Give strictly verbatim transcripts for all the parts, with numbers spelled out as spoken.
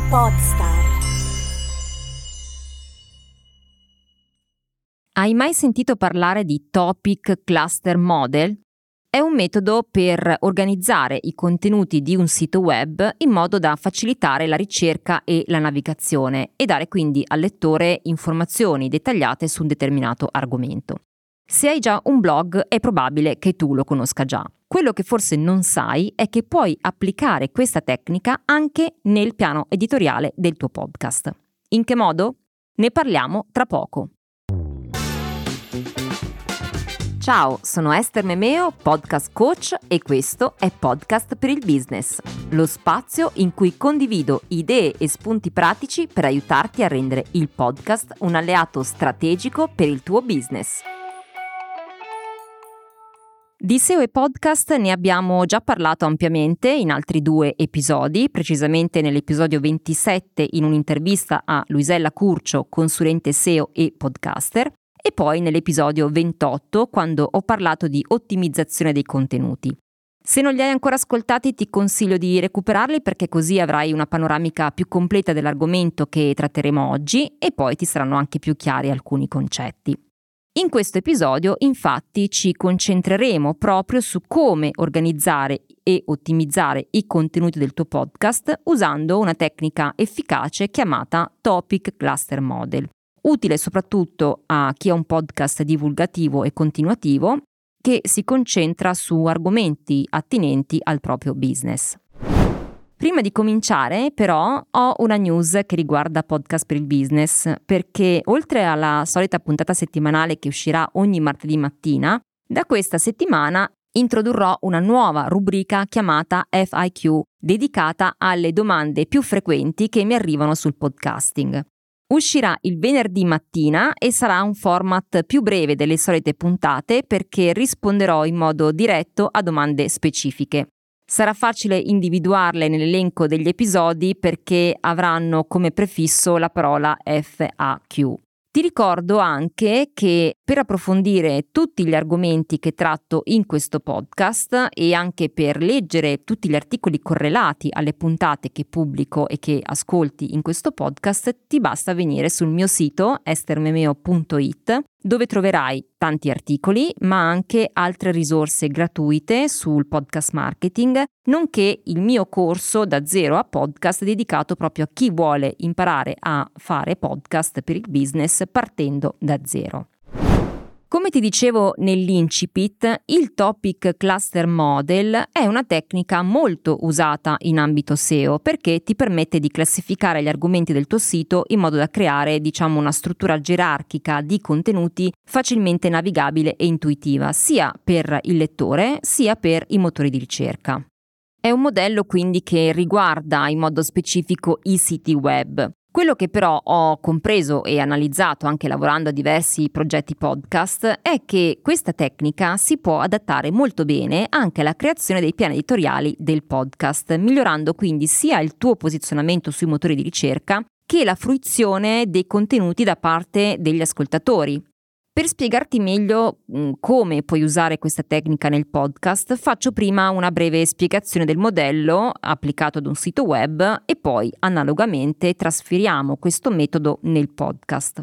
Podstar. Hai mai sentito parlare di Topic Cluster Model? È un metodo per organizzare i contenuti di un sito web in modo da facilitare la ricerca e la navigazione e dare quindi al lettore informazioni dettagliate su un determinato argomento. Se hai già un blog è probabile che tu lo conosca già. Quello che forse non sai è che puoi applicare questa tecnica anche nel piano editoriale del tuo podcast. In che modo? Ne parliamo tra poco. Ciao, sono Esther Memeo, podcast coach e questo è Podcast per il Business, lo spazio in cui condivido idee e spunti pratici per aiutarti a rendere il podcast un alleato strategico per il tuo business. Di S E O e podcast ne abbiamo già parlato ampiamente in altri due episodi, precisamente nell'episodio ventisette in un'intervista a Luisella Curcio, consulente S E O e podcaster, e poi nell'episodio ventotto quando ho parlato di ottimizzazione dei contenuti. Se non li hai ancora ascoltati ti consiglio di recuperarli perché così avrai una panoramica più completa dell'argomento che tratteremo oggi e poi ti saranno anche più chiari alcuni concetti. In questo episodio, infatti, ci concentreremo proprio su come organizzare e ottimizzare i contenuti del tuo podcast usando una tecnica efficace chiamata Topic Cluster Model, utile soprattutto a chi ha un podcast divulgativo e continuativo che si concentra su argomenti attinenti al proprio business. Prima di cominciare, però, ho una news che riguarda Podcast per il Business, perché oltre alla solita puntata settimanale che uscirà ogni martedì mattina, da questa settimana introdurrò una nuova rubrica chiamata F A Q, dedicata alle domande più frequenti che mi arrivano sul podcasting. Uscirà il venerdì mattina e sarà un format più breve delle solite puntate perché risponderò in modo diretto a domande specifiche. Sarà facile individuarle nell'elenco degli episodi perché avranno come prefisso la parola F A Q. Ti ricordo anche che per approfondire tutti gli argomenti che tratto in questo podcast e anche per leggere tutti gli articoli correlati alle puntate che pubblico e che ascolti in questo podcast, ti basta venire sul mio sito ester memeo punto it, dove troverai tanti articoli ma anche altre risorse gratuite sul podcast marketing, nonché il mio corso da zero a podcast dedicato proprio a chi vuole imparare a fare podcast per il business partendo da zero. Come ti dicevo nell'incipit, il Topic Cluster Model è una tecnica molto usata in ambito S E O perché ti permette di classificare gli argomenti del tuo sito in modo da creare, diciamo, una struttura gerarchica di contenuti facilmente navigabile e intuitiva, sia per il lettore sia per i motori di ricerca. È un modello quindi che riguarda in modo specifico i siti web. Quello che però ho compreso e analizzato anche lavorando a diversi progetti podcast è che questa tecnica si può adattare molto bene anche alla creazione dei piani editoriali del podcast, migliorando quindi sia il tuo posizionamento sui motori di ricerca che la fruizione dei contenuti da parte degli ascoltatori. Per spiegarti meglio mh, come puoi usare questa tecnica nel podcast, faccio prima una breve spiegazione del modello applicato ad un sito web e poi analogamente trasferiamo questo metodo nel podcast.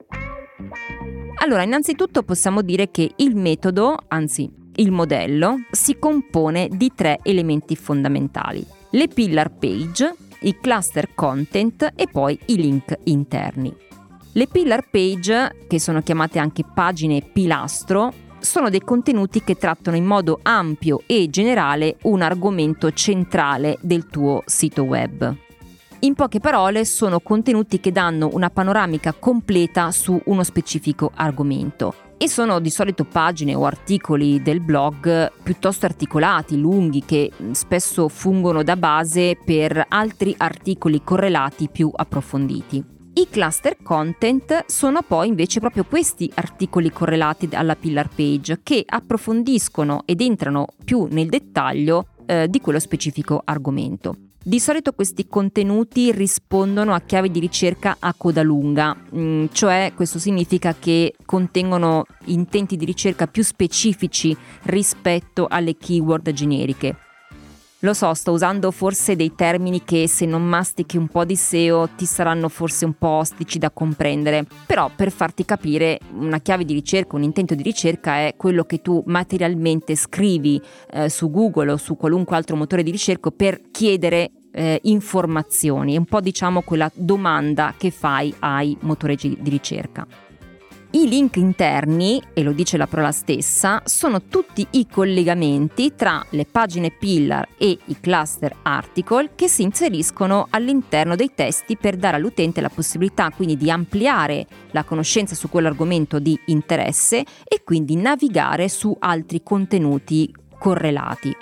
Allora, innanzitutto possiamo dire che il metodo, anzi il modello, si compone di tre elementi fondamentali: le pillar page, i cluster content e poi i link interni. Le pillar page, che sono chiamate anche pagine pilastro, sono dei contenuti che trattano in modo ampio e generale un argomento centrale del tuo sito web. In poche parole, sono contenuti che danno una panoramica completa su uno specifico argomento e sono di solito pagine o articoli del blog piuttosto articolati, lunghi, che spesso fungono da base per altri articoli correlati più approfonditi. I cluster content sono poi invece proprio questi articoli correlati alla pillar page che approfondiscono ed entrano più nel dettaglio eh, di quello specifico argomento. Di solito questi contenuti rispondono a chiavi di ricerca a coda lunga, mh, cioè questo significa che contengono intenti di ricerca più specifici rispetto alle keyword generiche. Lo so, sto usando forse dei termini che se non mastichi un po' di S E O ti saranno forse un po' ostici da comprendere, però per farti capire una chiave di ricerca, un intento di ricerca è quello che tu materialmente scrivi eh, su Google o su qualunque altro motore di ricerca per chiedere eh, informazioni, è un po' diciamo quella domanda che fai ai motori di ricerca. I link interni, e lo dice la parola stessa, sono tutti i collegamenti tra le pagine pillar e i cluster article che si inseriscono all'interno dei testi per dare all'utente la possibilità quindi di ampliare la conoscenza su quell'argomento di interesse e quindi navigare su altri contenuti correlati.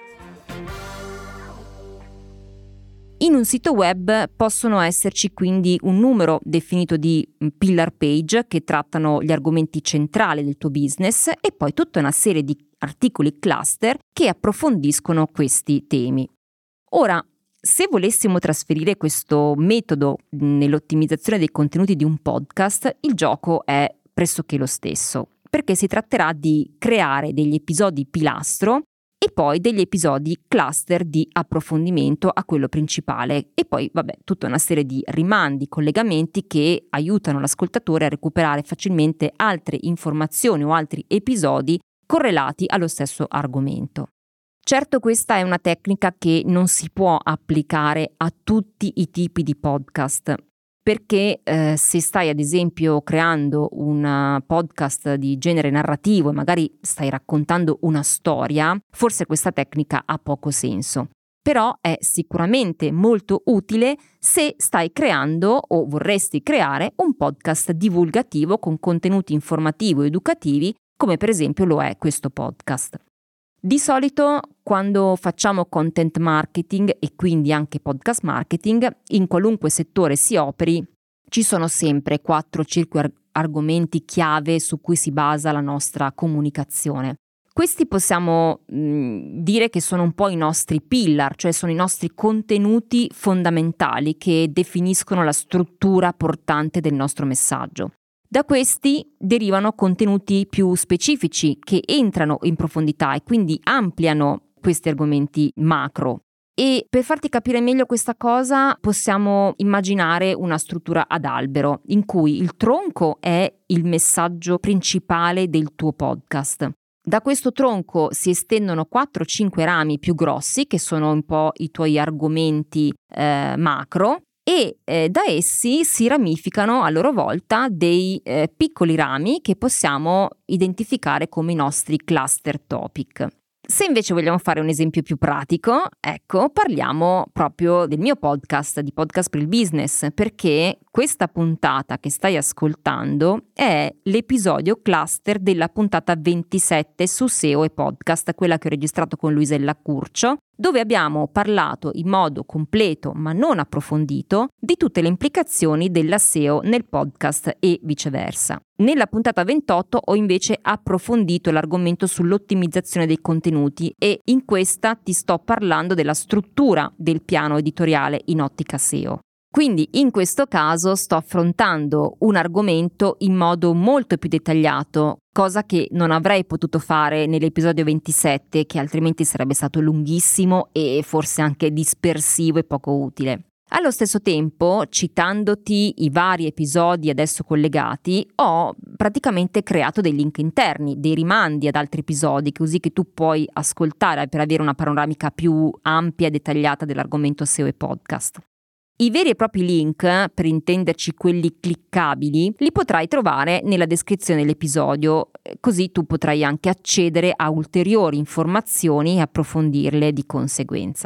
In un sito web possono esserci quindi un numero definito di pillar page che trattano gli argomenti centrali del tuo business e poi tutta una serie di articoli cluster che approfondiscono questi temi. Ora, se volessimo trasferire questo metodo nell'ottimizzazione dei contenuti di un podcast, il gioco è pressoché lo stesso, perché si tratterà di creare degli episodi pilastro e poi degli episodi cluster di approfondimento a quello principale e poi vabbè tutta una serie di rimandi, collegamenti che aiutano l'ascoltatore a recuperare facilmente altre informazioni o altri episodi correlati allo stesso argomento. Certo, questa è una tecnica che non si può applicare a tutti i tipi di podcast, perché eh, se stai ad esempio creando un podcast di genere narrativo e magari stai raccontando una storia, forse questa tecnica ha poco senso. Però è sicuramente molto utile se stai creando o vorresti creare un podcast divulgativo con contenuti informativi o educativi, come per esempio lo è questo podcast. Di solito quando facciamo content marketing e quindi anche podcast marketing, in qualunque settore si operi, ci sono sempre quattro cinque ar- argomenti chiave su cui si basa la nostra comunicazione. Questi possiamo mh, dire che sono un po' i nostri pillar, cioè sono i nostri contenuti fondamentali che definiscono la struttura portante del nostro messaggio. Da questi derivano contenuti più specifici che entrano in profondità e quindi ampliano questi argomenti macro. E per farti capire meglio questa cosa possiamo immaginare una struttura ad albero in cui il tronco è il messaggio principale del tuo podcast. Da questo tronco si estendono quattro cinque rami più grossi che sono un po' i tuoi argomenti eh, macro. E eh, da essi si ramificano a loro volta dei eh, piccoli rami che possiamo identificare come i nostri cluster topic. Se invece vogliamo fare un esempio più pratico, ecco, parliamo proprio del mio podcast, di Podcast per il Business, perché questa puntata che stai ascoltando è l'episodio cluster della puntata ventisette su S E O e podcast, quella che ho registrato con Luisella Curcio, dove abbiamo parlato in modo completo ma non approfondito di tutte le implicazioni della S E O nel podcast e viceversa. Nella puntata ventotto ho invece approfondito l'argomento sull'ottimizzazione dei contenuti e in questa ti sto parlando della struttura del piano editoriale in ottica S E O. Quindi in questo caso sto affrontando un argomento in modo molto più dettagliato, cosa che non avrei potuto fare nell'episodio ventisette, che altrimenti sarebbe stato lunghissimo e forse anche dispersivo e poco utile. Allo stesso tempo, citandoti i vari episodi adesso collegati, ho praticamente creato dei link interni, dei rimandi ad altri episodi, così che tu puoi ascoltare per avere una panoramica più ampia e dettagliata dell'argomento S E O e podcast. I veri e propri link, per intenderci quelli cliccabili, li potrai trovare nella descrizione dell'episodio, così tu potrai anche accedere a ulteriori informazioni e approfondirle di conseguenza.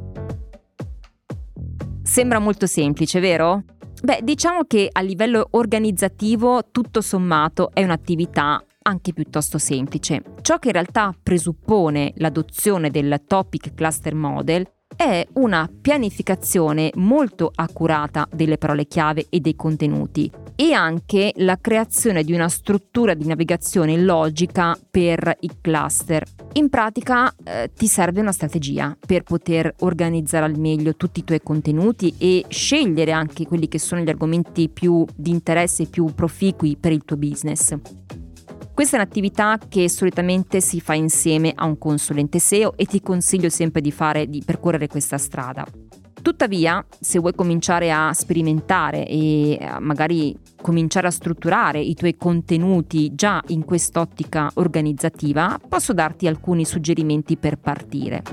Sembra molto semplice, vero? Beh, diciamo che a livello organizzativo, tutto sommato, è un'attività anche piuttosto semplice. Ciò che in realtà presuppone l'adozione del Topic Cluster Model è una pianificazione molto accurata delle parole chiave e dei contenuti e anche la creazione di una struttura di navigazione logica per i cluster. In pratica eh, ti serve una strategia per poter organizzare al meglio tutti i tuoi contenuti e scegliere anche quelli che sono gli argomenti più di interesse, più proficui per il tuo business. Questa è un'attività che solitamente si fa insieme a un consulente S E O e ti consiglio sempre di fare, di percorrere questa strada. Tuttavia, se vuoi cominciare a sperimentare e magari cominciare a strutturare i tuoi contenuti già in quest'ottica organizzativa, posso darti alcuni suggerimenti per partire.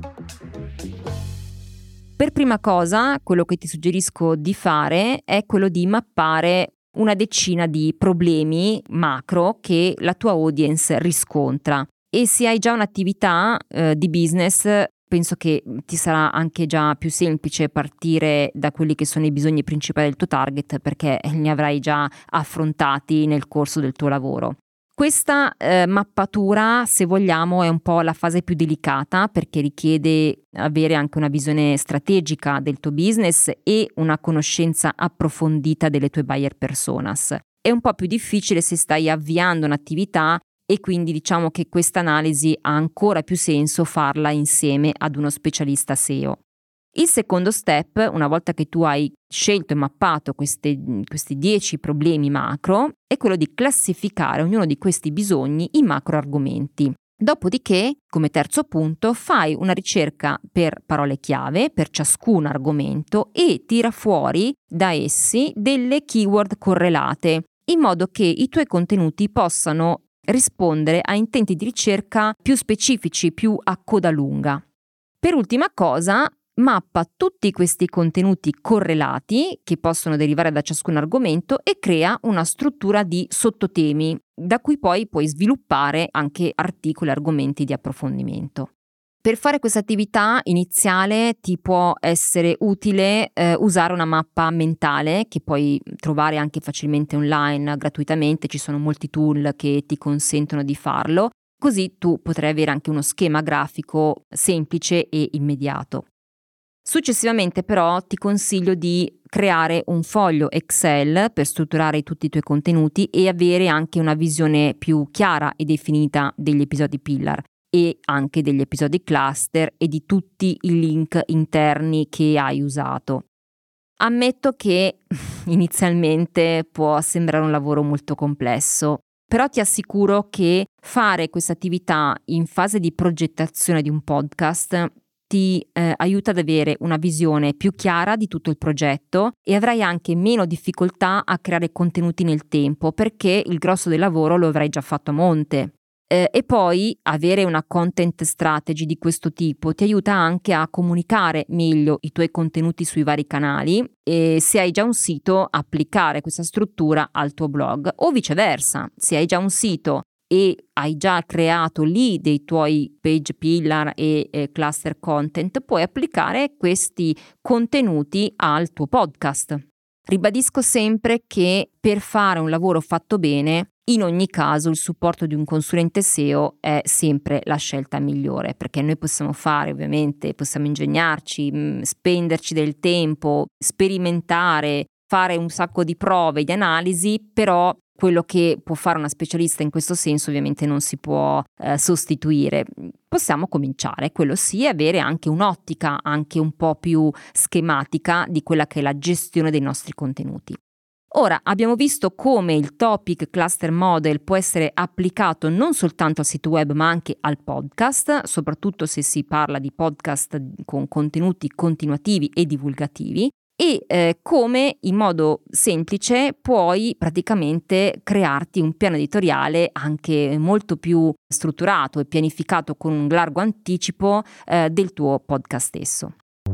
Per prima cosa, quello che ti suggerisco di fare è quello di mappare una decina di problemi macro che la tua audience riscontra. E se hai già un'attività eh, di business, penso che ti sarà anche già più semplice partire da quelli che sono i bisogni principali del tuo target, perché li avrai già affrontati nel corso del tuo lavoro. Questa eh, mappatura, se vogliamo, è un po' la fase più delicata, perché richiede avere anche una visione strategica del tuo business e una conoscenza approfondita delle tue buyer personas. È un po' più difficile se stai avviando un'attività e quindi diciamo che questa analisi ha ancora più senso farla insieme ad uno specialista S E O. Il secondo step, una volta che tu hai scelto e mappato queste, questi dieci problemi macro, è quello di classificare ognuno di questi bisogni in macro argomenti. Dopodiché, come terzo punto, fai una ricerca per parole chiave per ciascun argomento e tira fuori da essi delle keyword correlate, in modo che i tuoi contenuti possano rispondere a intenti di ricerca più specifici, più a coda lunga. Per ultima cosa, mappa tutti questi contenuti correlati che possono derivare da ciascun argomento e crea una struttura di sottotemi, da cui poi puoi sviluppare anche articoli e argomenti di approfondimento. Per fare questa attività iniziale ti può essere utile eh, usare una mappa mentale che puoi trovare anche facilmente online gratuitamente, ci sono molti tool che ti consentono di farlo, così tu potrai avere anche uno schema grafico semplice e immediato. Successivamente però ti consiglio di creare un foglio Excel per strutturare tutti i tuoi contenuti e avere anche una visione più chiara e definita degli episodi pillar e anche degli episodi cluster e di tutti i link interni che hai usato. Ammetto che inizialmente può sembrare un lavoro molto complesso, però ti assicuro che fare questa attività in fase di progettazione di un podcast ti eh, aiuta ad avere una visione più chiara di tutto il progetto e avrai anche meno difficoltà a creare contenuti nel tempo, perché il grosso del lavoro lo avrai già fatto a monte. Eh, e poi avere una content strategy di questo tipo ti aiuta anche a comunicare meglio i tuoi contenuti sui vari canali e se hai già un sito applicare questa struttura al tuo blog o viceversa, se hai già un sito e hai già creato lì dei tuoi page pillar e eh, cluster content, puoi applicare questi contenuti al tuo podcast. Ribadisco sempre che per fare un lavoro fatto bene, in ogni caso il supporto di un consulente S E O è sempre la scelta migliore, perché noi possiamo fare, ovviamente, possiamo ingegnarci, mh, spenderci del tempo, sperimentare, fare un sacco di prove, di analisi, però quello che può fare una specialista in questo senso ovviamente non si può eh, sostituire. Possiamo cominciare, quello sì, avere anche un'ottica anche un po' più schematica di quella che è la gestione dei nostri contenuti. Ora, abbiamo visto come il topic cluster model può essere applicato non soltanto al sito web ma anche al podcast, soprattutto se si parla di podcast con contenuti continuativi e divulgativi, e eh, come in modo semplice puoi praticamente crearti un piano editoriale anche molto più strutturato e pianificato con un largo anticipo eh, del tuo podcast stesso.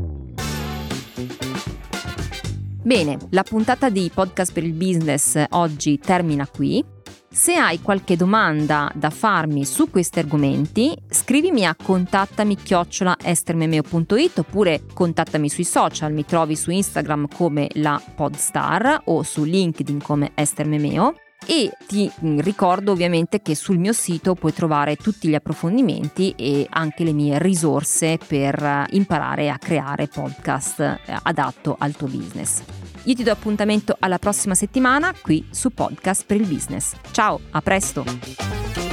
Bene, la puntata di Podcast per il Business oggi termina qui. Se hai qualche domanda da farmi su questi argomenti, scrivimi a contattami chiocciola estermemeo punto it oppure contattami sui social, mi trovi su Instagram come la Podstar o su LinkedIn come Estermemeo. E ti ricordo ovviamente che sul mio sito puoi trovare tutti gli approfondimenti e anche le mie risorse per imparare a creare podcast adatto al tuo business. Io ti do appuntamento alla prossima settimana qui su Podcast per il Business. Ciao, a presto!